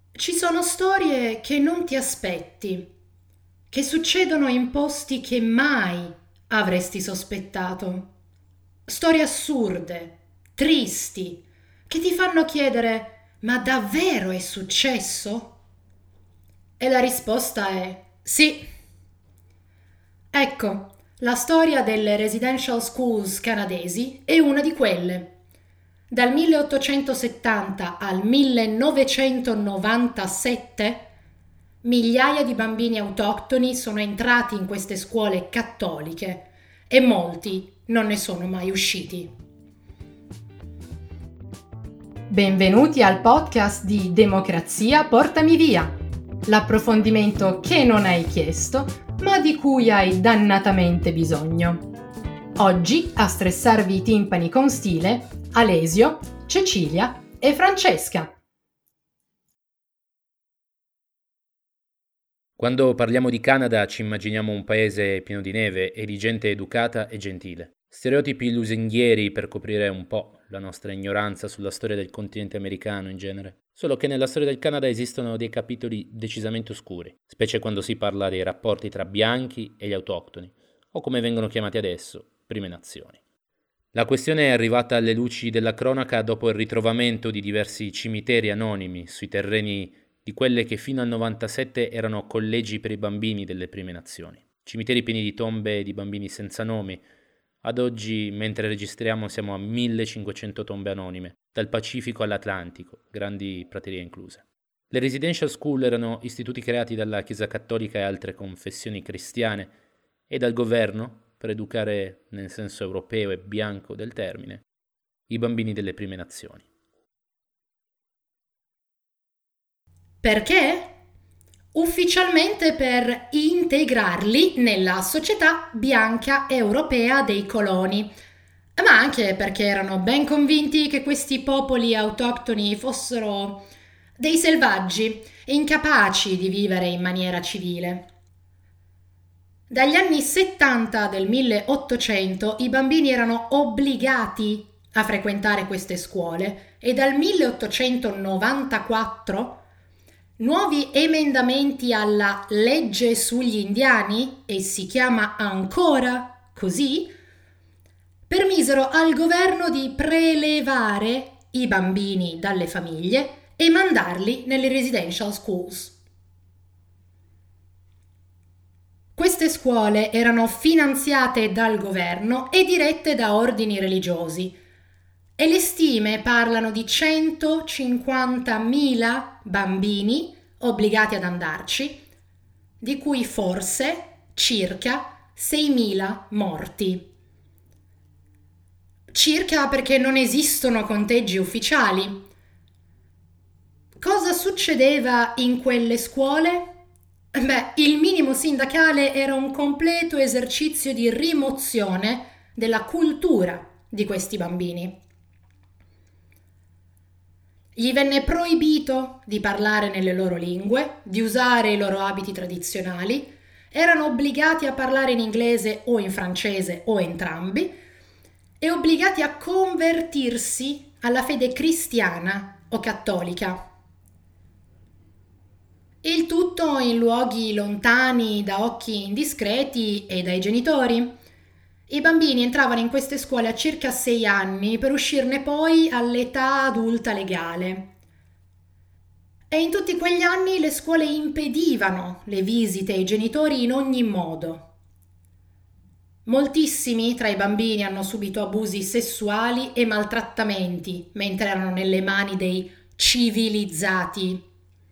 Ci sono storie che non ti aspetti, che succedono in posti che mai avresti sospettato. Storie assurde, tristi, che ti fanno chiedere: ma davvero è successo? E la risposta è sì. Ecco, la storia delle residential schools canadesi è una di quelle. Dal 1870 al 1997 migliaia di bambini autoctoni sono entrati in queste scuole cattoliche e molti non ne sono mai usciti. Benvenuti al podcast di Democrazia Portami Via, l'approfondimento che non hai chiesto, ma di cui hai dannatamente bisogno. Oggi a stressarvi i timpani con stile Alesio, Cecilia e Francesca. Quando parliamo di Canada ci immaginiamo un paese pieno di neve e di gente educata e gentile. Stereotipi lusinghieri per coprire un po' la nostra ignoranza sulla storia del continente americano in genere. Solo che nella storia del Canada esistono dei capitoli decisamente oscuri, specie quando si parla dei rapporti tra bianchi e gli autoctoni, o come vengono chiamati adesso, prime nazioni. La questione è arrivata alle luci della cronaca dopo il ritrovamento di diversi cimiteri anonimi sui terreni di quelle che fino al 97 erano collegi per i bambini delle prime nazioni. Cimiteri pieni di tombe di bambini senza nomi. Ad oggi, mentre registriamo, siamo a 1500 tombe anonime, dal Pacifico all'Atlantico, grandi praterie incluse. Le residential school erano istituti creati dalla Chiesa Cattolica e altre confessioni cristiane e dal governo per educare, nel senso europeo e bianco del termine, i bambini delle prime nazioni. Perché? Ufficialmente per integrarli nella società bianca europea dei coloni, ma anche perché erano ben convinti che questi popoli autoctoni fossero dei selvaggi, incapaci di vivere in maniera civile. Dagli anni 70 del 1800 i bambini erano obbligati a frequentare queste scuole e dal 1894 nuovi emendamenti alla legge sugli indiani, e si chiama ancora così, permisero al governo di prelevare i bambini dalle famiglie e mandarli nelle residential schools. Queste scuole erano finanziate dal governo e dirette da ordini religiosi e le stime parlano di 150.000 bambini obbligati ad andarci, di cui forse circa 6.000 morti. Circa perché non esistono conteggi ufficiali. Cosa succedeva in quelle scuole? Beh, il minimo sindacale era un completo esercizio di rimozione della cultura di questi bambini. Gli venne proibito di parlare nelle loro lingue, di usare i loro abiti tradizionali, erano obbligati a parlare in inglese o in francese o entrambi e obbligati a convertirsi alla fede cristiana o cattolica. Il tutto in luoghi lontani da occhi indiscreti e dai genitori. I bambini entravano in queste scuole a circa 6 anni per uscirne poi all'età adulta legale. E in tutti quegli anni le scuole impedivano le visite ai genitori in ogni modo. Moltissimi tra i bambini hanno subito abusi sessuali e maltrattamenti mentre erano nelle mani dei civilizzati.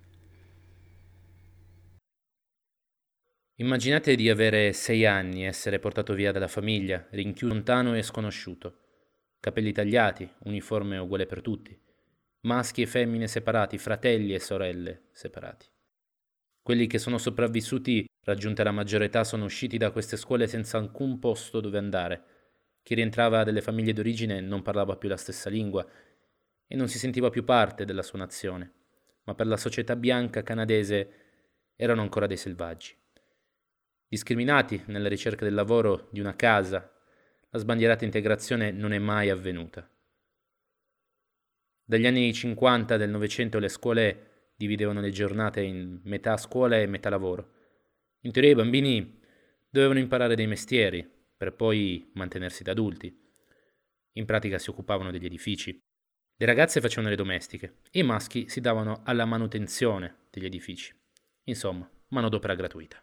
Immaginate di avere 6 anni, essere portato via dalla famiglia, rinchiuso lontano e sconosciuto. Capelli tagliati, uniforme uguale per tutti. Maschi e femmine separati, fratelli e sorelle separati. Quelli che sono sopravvissuti, raggiunta la maggiore età, sono usciti da queste scuole senza alcun posto dove andare. Chi rientrava dalle famiglie d'origine non parlava più la stessa lingua e non si sentiva più parte della sua nazione, ma per la società bianca canadese erano ancora dei selvaggi. Discriminati nella ricerca del lavoro, di una casa, la sbandierata integrazione non è mai avvenuta. Dagli anni 50 del Novecento le scuole dividevano le giornate in metà scuola e metà lavoro. In teoria i bambini dovevano imparare dei mestieri per poi mantenersi da adulti. In pratica si occupavano degli edifici. Le ragazze facevano le domestiche e i maschi si davano alla manutenzione degli edifici. Insomma, manodopera gratuita.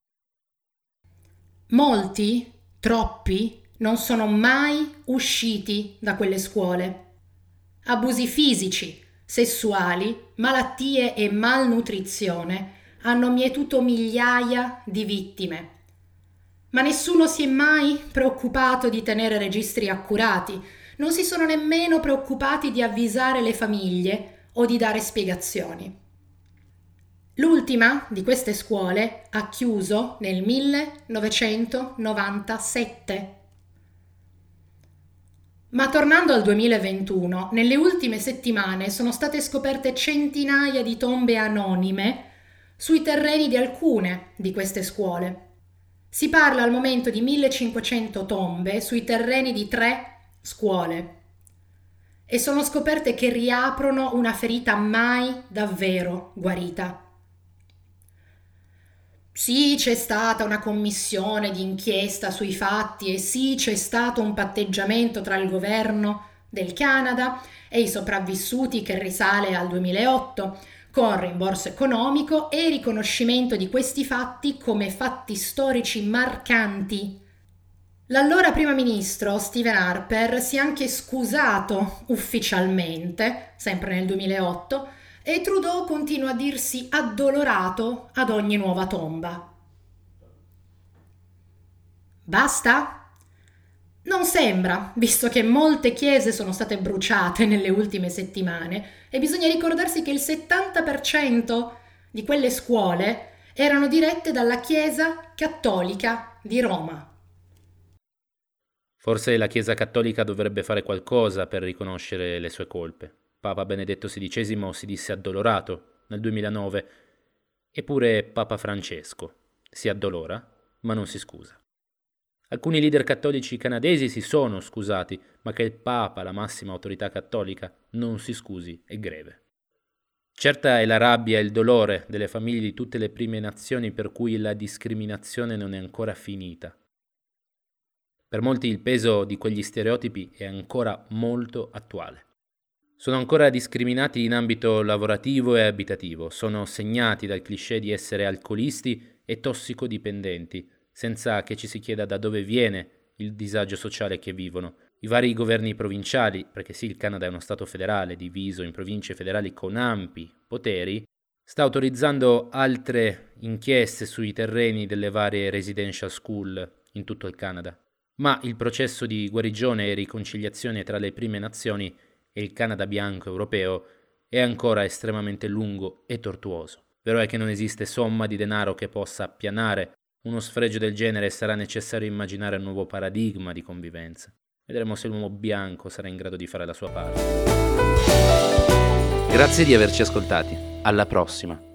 Molti, troppi, non sono mai usciti da quelle scuole. Abusi fisici, sessuali, malattie e malnutrizione hanno mietuto migliaia di vittime. Ma nessuno si è mai preoccupato di tenere registri accurati, non si sono nemmeno preoccupati di avvisare le famiglie o di dare spiegazioni. L'ultima di queste scuole ha chiuso nel 1997. Ma tornando al 2021, nelle ultime settimane sono state scoperte centinaia di tombe anonime sui terreni di alcune di queste scuole. Si parla al momento di 1500 tombe sui terreni di 3 scuole e sono scoperte che riaprono una ferita mai davvero guarita. Sì, c'è stata una commissione di inchiesta sui fatti e sì, c'è stato un patteggiamento tra il governo del Canada e i sopravvissuti che risale al 2008, con rimborso economico e riconoscimento di questi fatti come fatti storici marcanti. L'allora primo ministro Stephen Harper si è anche scusato ufficialmente, sempre nel 2008, e Trudeau continua a dirsi addolorato ad ogni nuova tomba. Basta? Non sembra, visto che molte chiese sono state bruciate nelle ultime settimane e bisogna ricordarsi che il 70% di quelle scuole erano dirette dalla Chiesa Cattolica di Roma. Forse la Chiesa Cattolica dovrebbe fare qualcosa per riconoscere le sue colpe. Papa Benedetto XVI si disse addolorato nel 2009, eppure Papa Francesco si addolora, ma non si scusa. Alcuni leader cattolici canadesi si sono scusati, ma che il Papa, la massima autorità cattolica, non si scusi è greve. Certa è la rabbia e il dolore delle famiglie di tutte le prime nazioni per cui la discriminazione non è ancora finita. Per molti il peso di quegli stereotipi è ancora molto attuale. Sono ancora discriminati in ambito lavorativo e abitativo, sono segnati dal cliché di essere alcolisti e tossicodipendenti, senza che ci si chieda da dove viene il disagio sociale che vivono. I vari governi provinciali, perché sì, il Canada è uno stato federale diviso in province federali con ampi poteri, sta autorizzando altre inchieste sui terreni delle varie residential school in tutto il Canada. Ma il processo di guarigione e riconciliazione tra le prime nazioni e il Canada bianco europeo è ancora estremamente lungo e tortuoso. Vero è che non esiste somma di denaro che possa appianare uno sfregio del genere e sarà necessario immaginare un nuovo paradigma di convivenza. Vedremo se l'uomo bianco sarà in grado di fare la sua parte. Grazie di averci ascoltati. Alla prossima.